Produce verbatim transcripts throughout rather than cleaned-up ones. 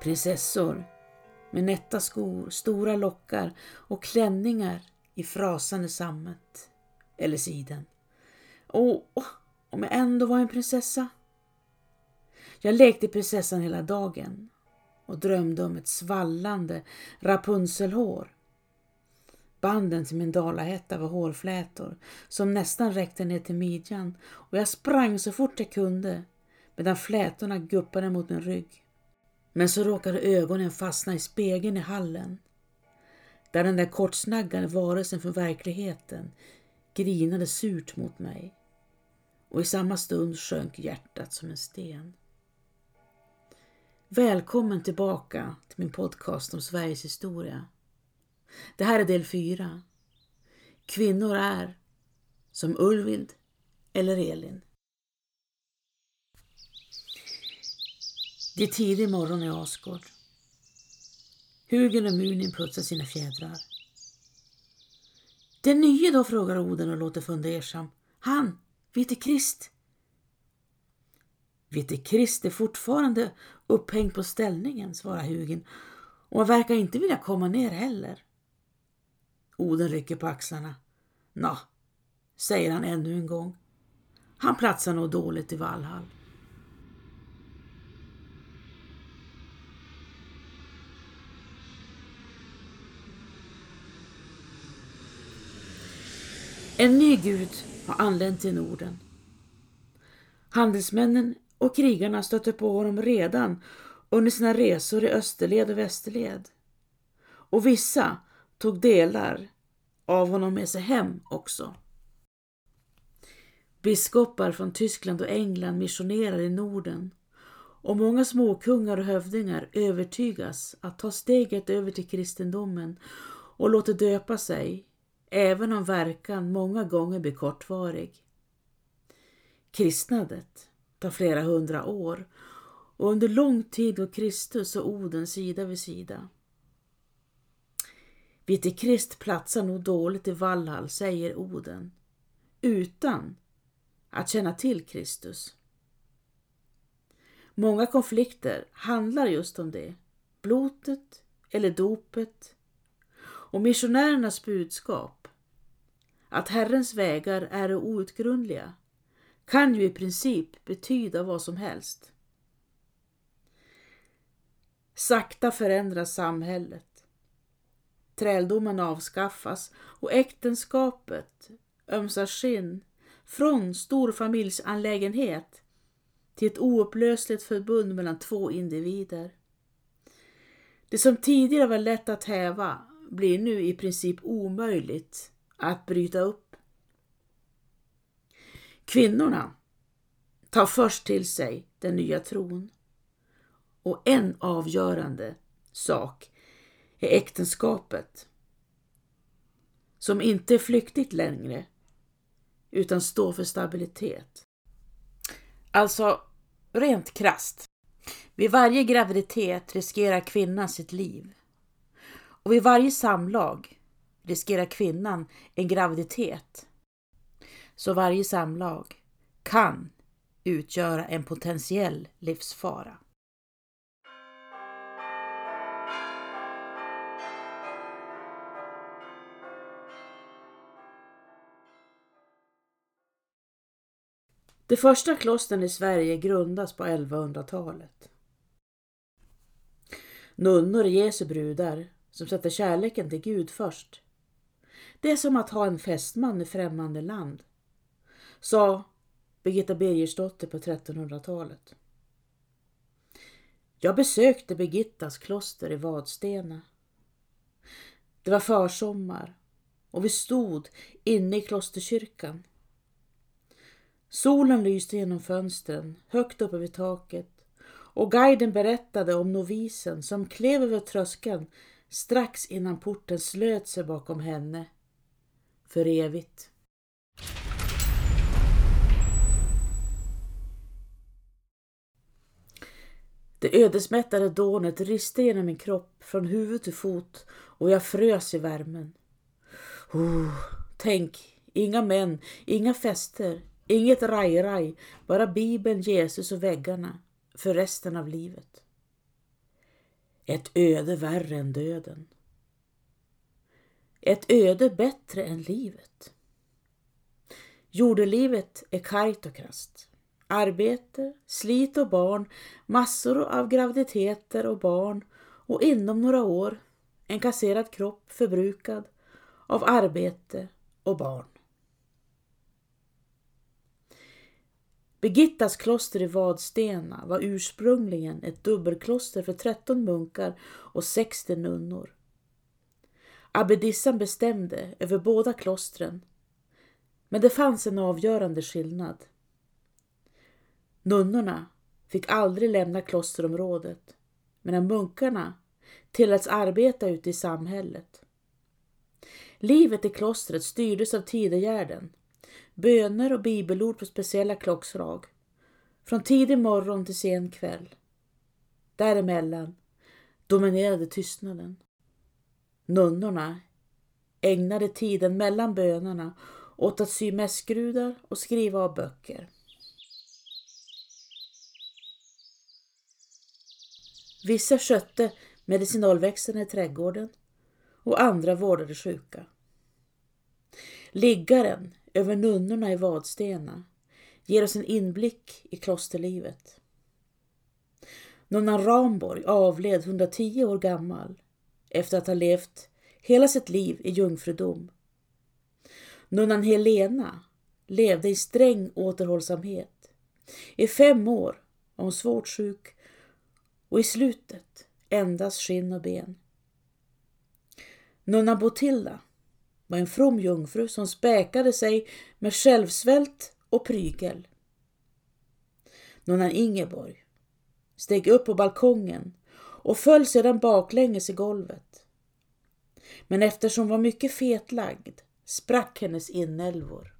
Prinsessor med nätta skor, stora lockar och klänningar i frasande sammet eller siden. Och oh, om jag ändå var en prinsessa. Jag lekte prinsessan hela dagen och drömde om ett svallande Rapunzelhår. Banden till min dalahätta var hårflätor som nästan räckte ner till midjan, och jag sprang så fort jag kunde medan flätorna guppade mot min rygg. Men så råkade ögonen fastna i spegeln i hallen, där den där kortsnaggade varelsen från verkligheten grinade surt mot mig, och i samma stund sjönk hjärtat som en sten. Välkommen tillbaka till min podcast om Sveriges historia. Det här är del fyra. Kvinnor är som Ulvild eller Elin. Det är tidig morgon i Asgård. Hugin och Munin putsar sina fjädrar. Den nya då, frågar Oden och låter fundersam. Han, Vite Krist. Vite Krist är fortfarande upphängd på ställningen, svarar Hugin, och han verkar inte vilja komma ner heller. Oden rycker på axlarna. Nå, säger han ännu en gång. Han platsar nog dåligt i Valhall. En ny gud har anlänt till Norden. Handelsmännen och krigarna stötte på honom redan under sina resor i österled och västerled. Och vissa tog delar av honom med sig hem också. Biskopar från Tyskland och England missionerar i Norden, och många småkungar och hövdingar övertygas att ta steget över till kristendomen och låta döpa sig, även om verkan många gånger blir kortvarig. Kristnadet tar flera hundra år, och under lång tid går Kristus och Oden sida vid sida. Vite Krist platsar nog dåligt i Valhall, säger Oden, utan att känna till Kristus. Många konflikter handlar just om det, blotet eller dopet, och missionärernas budskap, att Herrens vägar är outgrundliga, kan ju i princip betyda vad som helst. Sakta förändras samhället. Träldomen avskaffas och äktenskapet ömsar skinn från storfamiljsanlägenhet till ett oupplösligt förbund mellan två individer. Det som tidigare var lätt att häva blir nu i princip omöjligt att bryta upp. Kvinnorna tar först till sig den nya tron, och en avgörande sak är äktenskapet, som inte är flyktigt längre utan står för stabilitet. Alltså, rent krasst. Vid varje graviditet riskerar kvinnan sitt liv. Och vid varje samlag riskerar kvinnan en graviditet. Så varje samlag kan utgöra en potentiell livsfara. De första klostren i Sverige grundas på elvahundratalet. Nunnor är Jesu brudar som sätter kärleken till Gud först. Det är som att ha en fästman i främmande land, sa Birgitta Birgersdotter på trettonhundratalet. Jag besökte Birgittas kloster i Vadstena. Det var försommar och vi stod inne i klosterkyrkan. Solen lyste genom fönstren högt uppe vid taket, och guiden berättade om novisen som klev över tröskeln strax innan porten slöt sig bakom henne för evigt. Det ödesmättade dånet riste genom min kropp från huvud till fot, och jag frös i värmen. Oh, tänk, inga män, inga fester, inget raj-raj, bara Bibeln, Jesus och väggarna för resten av livet. Ett öde värre än döden. Ett öde bättre än livet. Jordelivet är kargt och krasst. Arbete, slit och barn, massor av graviditeter och barn och inom några år en kasserad kropp förbrukad av arbete och barn. Birgittas kloster i Vadstena var ursprungligen ett dubbelkloster för tretton munkar och sextio nunnor. Abbedissan bestämde över båda klostren, men det fanns en avgörande skillnad. Nunnorna fick aldrig lämna klosterområdet, medan munkarna tilläts arbeta ute i samhället. Livet i klostret styrdes av tidegärden, böner och bibelord på speciella klockslag, från tidig morgon till sen kväll. Däremellan dominerade tystnaden. Nunnorna ägnade tiden mellan bönerna åt att sy mässgrudar och skriva av böcker. Vissa skötte medicinalväxterna i trädgården och andra vårdade sjuka. Liggaren över nunnorna i Vadstena ger oss en inblick i klosterlivet. Nunnan Ramborg avled hundratio år gammal efter att ha levt hela sitt liv i jungfrudom. Nunnan Helena levde i sträng återhållsamhet. I fem år var hon svårt sjuk och i slutet endast skinn och ben. Nunnan Botilda var en from jungfru som späkade sig med självsvält och prygel. Nunnan Ingeborg steg upp på balkongen och föll sedan baklänges i golvet. Men eftersom hon var mycket fetlagd sprack hennes inälvor.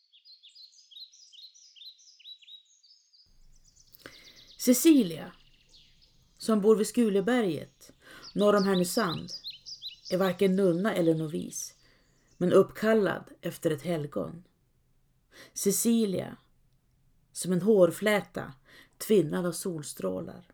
Cecilia, som bor vid Skuleberget norr om Härnösand, är varken nunna eller novis, men uppkallad efter ett helgon. Cecilia, som en hårfläta tvinnad av solstrålar.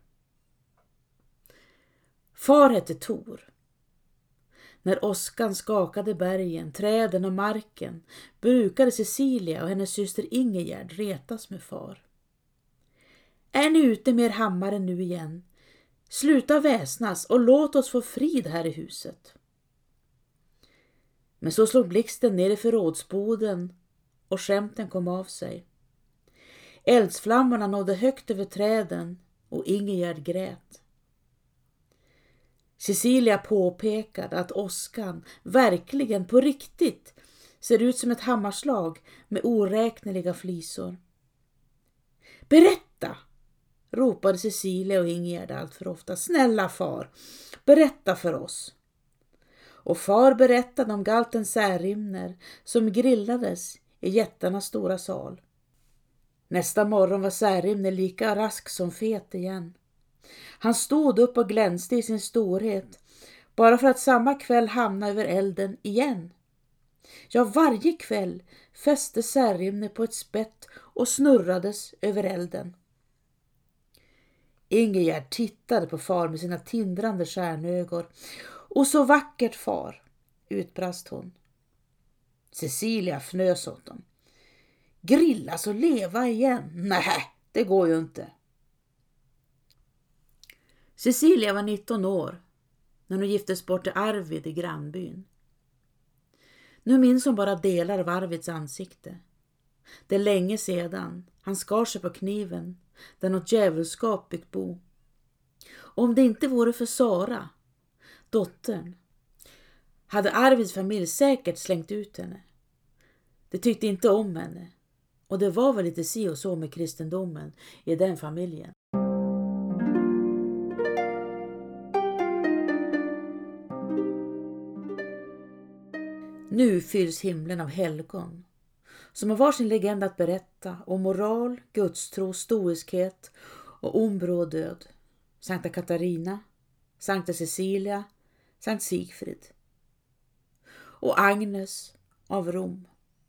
Far hette Tor. När åskan skakade bergen, träden och marken brukade Cecilia och hennes syster Ingegärd retas med far. Är ni ute med er hammare nu igen? Sluta väsnas och låt oss få frid här i huset. Men så slog blixten ner i förrådsboden och skämten kom av sig. Eldsflammorna nådde högt över träden och Ingegärd grät. Cecilia påpekade att åskan verkligen på riktigt ser ut som ett hammarslag med oräkneliga flisor. Berätta, ropade Cecilia och Ingegärd allt för ofta. Snälla far, berätta för oss. Och far berättade om galten Särimner som grillades i jättarnas stora sal. Nästa morgon var Särimner lika rask som fet igen. Han stod upp och glänste i sin storhet, bara för att samma kväll hamna över elden igen. Ja, varje kväll fäste Särimner på ett spett och snurrades över elden. Ingegärd tittade på far med sina tindrande stjärnögon. Och så vackert, far, utbrast hon. Cecilia fnös åt dem. Grillas och leva igen? Nej, det går ju inte. Cecilia var nitton år när hon giftes bort till Arvid i grannbyn. Nu minns hon bara delar av Arvids ansikte. Det är länge sedan han skar sig på kniven där något djävulskap byggt bo. Om det inte vore för Sara, dottern, hade Arvids familj säkert slängt ut henne. De tyckte inte om henne, och det var väl lite si och så med kristendomen i den familjen. Nu fylls himlen av helgon som har varsin legend att berätta om moral, gudstro, stoiskhet och ombro och död. Sankta Katarina, Sankta Cecilia, Sankt Sigfrid och Agnes av Rom.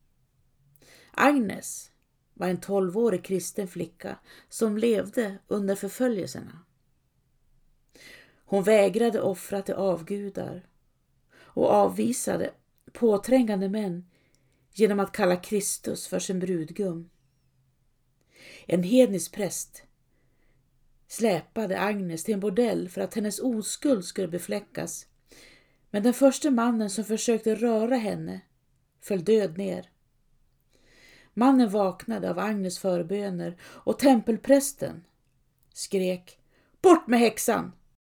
Agnes var en tolvårig kristen flicka som levde under förföljelserna. Hon vägrade offra till avgudar och avvisade påträngande män genom att kalla Kristus för sin brudgum. En hednisk präst släpade Agnes till en bordell för att hennes oskuld skulle befläckas, men den första mannen som försökte röra henne föll död ner. Mannen vaknade av Agnes förböner och tempelprästen skrek: "Bort med häxan!"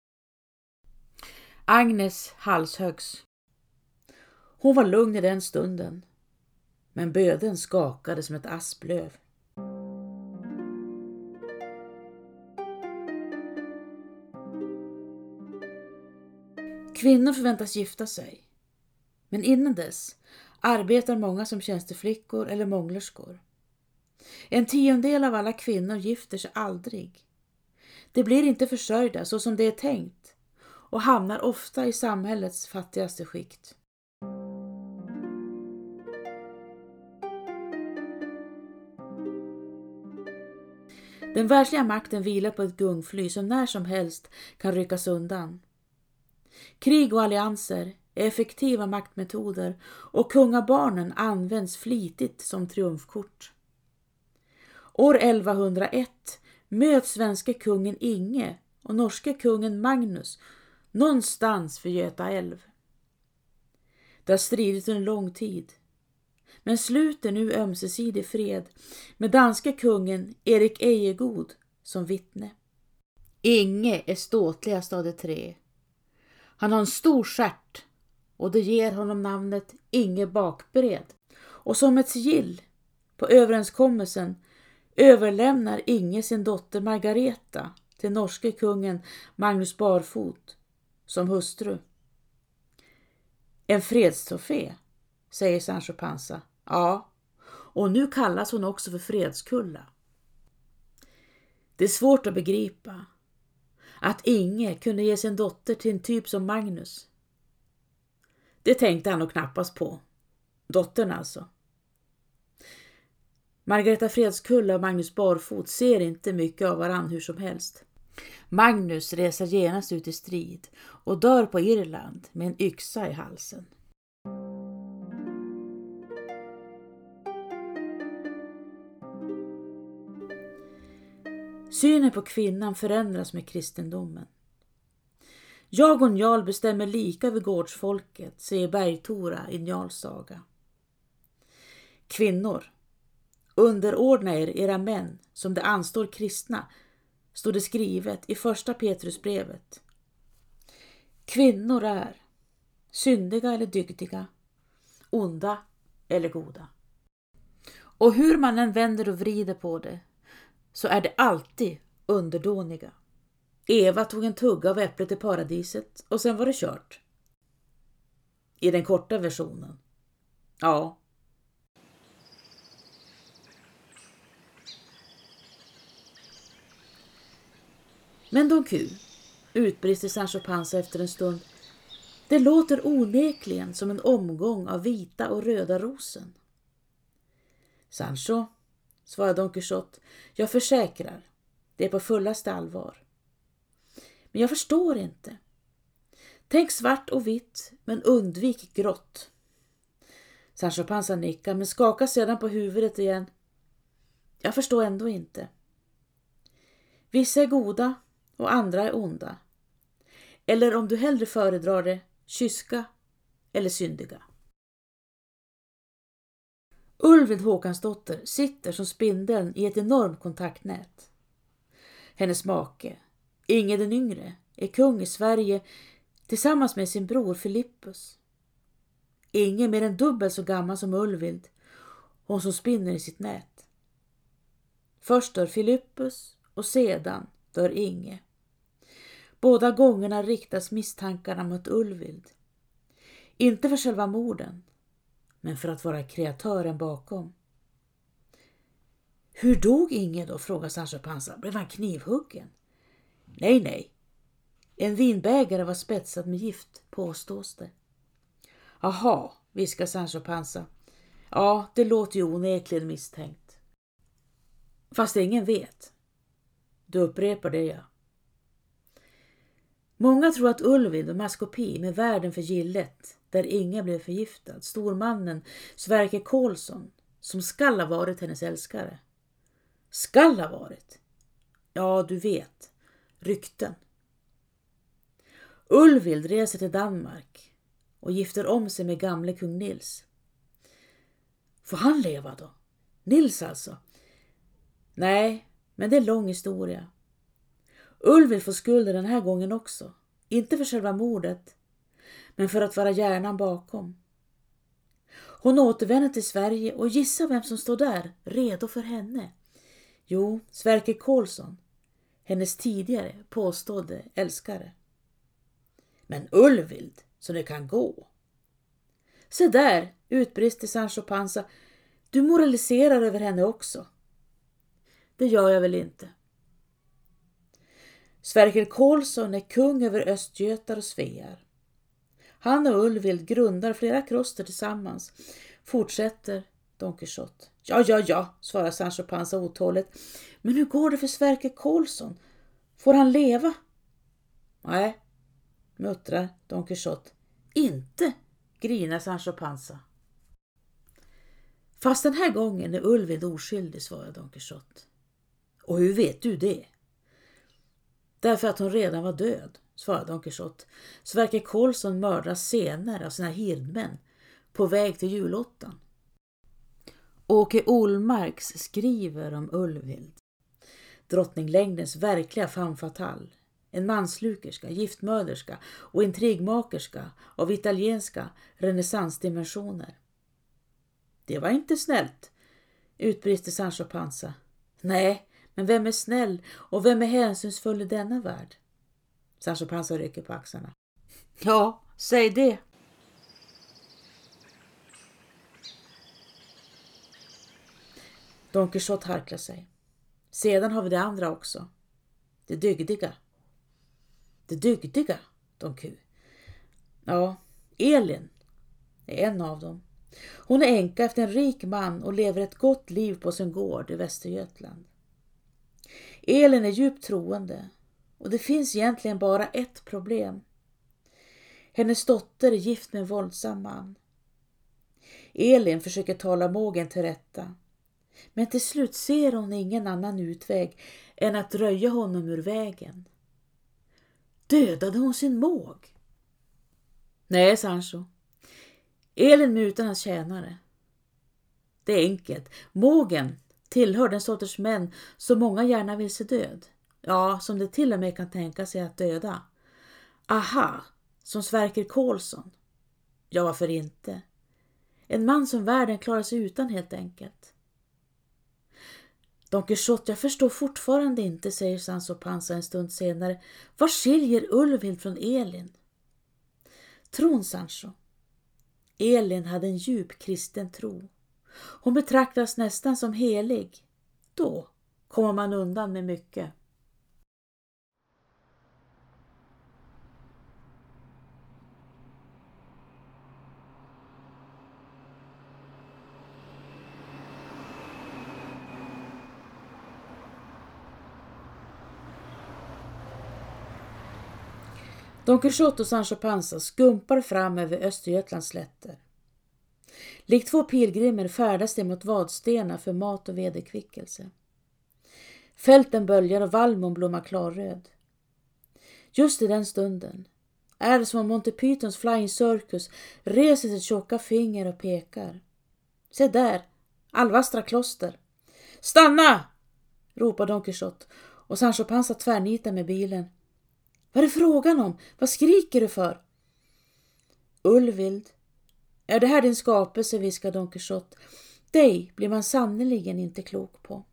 Agnes halshöggs. Hon var lugn i den stunden, men bödeln skakade som ett asplöv. Kvinnor förväntas gifta sig, men innan dess arbetar många som tjänsteflickor eller månglerskor. En tiondel av alla kvinnor gifter sig aldrig. De blir inte försörjda så som det är tänkt och hamnar ofta i samhällets fattigaste skikt. Den världsliga makten vilar på ett gungfly som när som helst kan ryckas undan. Krig och allianser är effektiva maktmetoder och kungabarnen används flitigt som triumfkort. År elvahundraett möts svenska kungen Inge och norska kungen Magnus någonstans vid Göta älv. Det har stridit under lång tid, men sluter nu ömsesidig fred med danska kungen Erik Ejegod som vittne. Inge är ståtligast av de tre. Han har en stor stjärt och det ger honom namnet Inge Bakbred, och som ett sigill på överenskommelsen överlämnar Inge sin dotter Margareta till norske kungen Magnus Barfot som hustru. En fredstrofé, säger Sancho Panza. Ja, och nu kallas hon också för Fredskulla. Det är svårt att begripa att Inge kunde ge sin dotter till en typ som Magnus. Det tänkte han nog knappast på. Dottern alltså. Margareta Fredskulla och Magnus Barfot ser inte mycket av varann hur som helst. Magnus reser genast ut i strid och dör på Irland med en yxa i halsen. Synen på kvinnan förändras med kristendomen. Jag och Njal bestämmer lika över gårdsfolket, säger Bergtora i Njals saga. Kvinnor, underordna er era män som det anstår kristna, står det skrivet i första Petrusbrevet. Kvinnor är syndiga eller dygdiga, onda eller goda. Och hur man än vänder och vrider på det, så är det alltid underdåniga. Eva tog en tugga av äpplet i paradiset och sen var det kört. I den korta versionen. Ja. Men Don Q, utbrister Sancho Panza efter en stund, det låter onekligen som en omgång av vita och röda rosen. Sancho, svarar Don Quixote, jag försäkrar, det är på fullaste allvar. Men jag förstår inte. Tänk svart och vitt, men undvik grått. Sancho Panza nickar, men skakar sedan på huvudet igen. Jag förstår ändå inte. Vissa är goda och andra är onda. Eller om du hellre föredrar det, kyska eller syndiga. Ulvid Håkansdotter sitter som spindeln i ett enormt kontaktnät. Hennes make, Inge den yngre, är kung i Sverige tillsammans med sin bror Filippus. Inge är mer än dubbelt så gammal som Ulvid, hon som spinner i sitt nät. Först dör Filippus och sedan dör Inge. Båda gångerna riktas misstankarna mot Ulvid. Inte för själva morden, men för att vara kreatören bakom. Hur dog Inge då, frågar Sancho Panza. Blev han knivhuggen? Nej, nej. En vinbägare var spetsad med gift, påstås det. Aha, viskar Sancho Panza. Ja, det låter ju onekligen misstänkt. Fast ingen vet. Du upprepar det, ja. Många tror att Ulvild och maskopi med världen för gillet, där Inga blev förgiftad, stormannen Sverker Karlsson, som skall ha varit hennes älskare. Skall ha varit? Ja, du vet. Rykten. Ulvild reser till Danmark och gifter om sig med gamle kung Nils. Får han leva då? Nils alltså? Nej, men det är lång historia. Ulvild får skulden den här gången också. Inte för själva mordet, men för att vara hjärnan bakom. Hon återvänder till Sverige och gissa vem som står där, redo för henne. Jo, Sverker Karlsson, hennes tidigare påstådde älskare. Men Ulvild, så det kan gå. Se där, utbrister Sancho Panza. Du moraliserar över henne också. Det gör jag väl inte. Sverker Karlsson är kung över Östgötar och Svear. Han och Ulvild grundar flera kloster tillsammans. Fortsätter Don Quixote. Ja, ja, ja, svarar Sancho Panza otåligt. Men hur går det för Sverker Karlsson? Får han leva? Nej, muttrar Don Quixote. Inte, grinar Sancho Panza. Fast den här gången är Ulvild oskyldig, svarar Don Quixote. Och hur vet du det? Därför att hon redan var död, svarade Don Quixote. Sverker Karlsson mördas senare av sina hirdmän på väg till julottan. Åke Olmarks skriver om Ulvild. Drottninglängdens verkliga femme fatale. En manslukerska, giftmöderska och intrigmakerska av italienska renässansdimensioner. Det var inte snällt, utbrister Sancho Panza. Nej, men vem är snäll och vem är hänsynsfull i denna värld? Sancho Panza rycker på axlarna. Ja, säg det. Don Quixote harklar sig. Sedan har vi det andra också. Det dygdiga. Det dygdiga, Don Q. Ja, Elin är en av dem. Hon är änka efter en rik man och lever ett gott liv på sin gård i Västergötland. Elin är djupt troende och det finns egentligen bara ett problem. Hennes dotter är gift med en våldsam man. Elin försöker tala mågen till rätta, men till slut ser hon ingen annan utväg än att röja honom ur vägen. Dödade hon sin måg? Nej, Sancho. Elin mutar hans tjänare. Det är enkelt. Mågen tillhör den sorters män som många gärna vill se död. Ja, som det till och med kan tänka sig att döda. Aha, som Sverker Karlsson. Ja, varför inte? En man som världen klarar sig utan helt enkelt. Don Quixote, jag förstår fortfarande inte, säger Sancho Panza en stund senare. Vad skiljer Ulvild från Elin? Tron, Sancho. Elin hade en djup kristen tro. Hon betraktas nästan som helig. Då kommer man undan med mycket. Don Quixote och Sancho Panza skumpar fram över Östergötlands slätter. Likt två pilgrimer färdas de mot Vadstena för mat och vederkvickelse. Fälten böljar och vallmon blommar klarröd. Just i den stunden är det som om Monty Pythons Flying Circus reser sitt tjocka finger och pekar. Se där, Alvastra kloster. Stanna! Ropar Don Quixote och Sancho Panza tvärnitar med bilen. Vad är det frågan om? Vad skriker du för? Ulvild, är det här din skapelse, viskar Don Quixote. Dig blir man sannoliken inte klok på.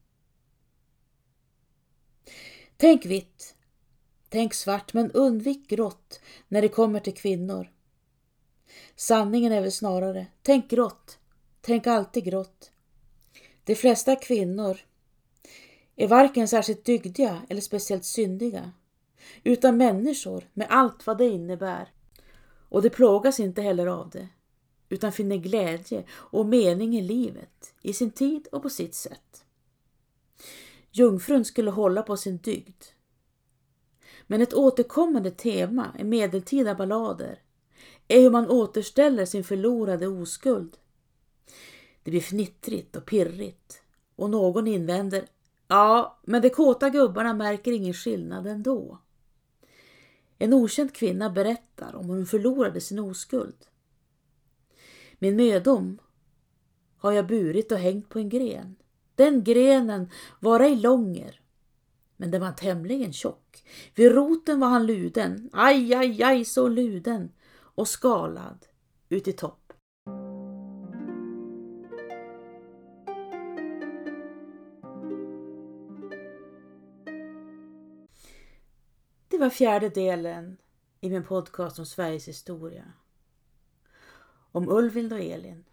Tänk vitt, tänk svart, men undvik grått när det kommer till kvinnor. Sanningen är väl snarare, tänk grått, tänk alltid grått. De flesta kvinnor är varken särskilt dygdiga eller speciellt syndiga, utan människor med allt vad det innebär. Och det plågas inte heller av det, utan finner glädje och mening i livet, i sin tid och på sitt sätt. Jungfrun skulle hålla på sin dygd. Men ett återkommande tema i medeltida ballader är hur man återställer sin förlorade oskuld. Det blir fnittrigt och pirrigt och någon invänder: ja, men de kåta gubbarna märker ingen skillnad ändå. En okänd kvinna berättar om hur hon förlorade sin oskuld. Min mödom har jag burit och hängt på en gren. Den grenen var ej långer, men den var tämligen tjock. Vid roten var han luden, aj, aj, aj, så luden, och skalad ut i topp. Det var fjärde delen i min podcast om Sveriges historia. Om Ulvild och Elin.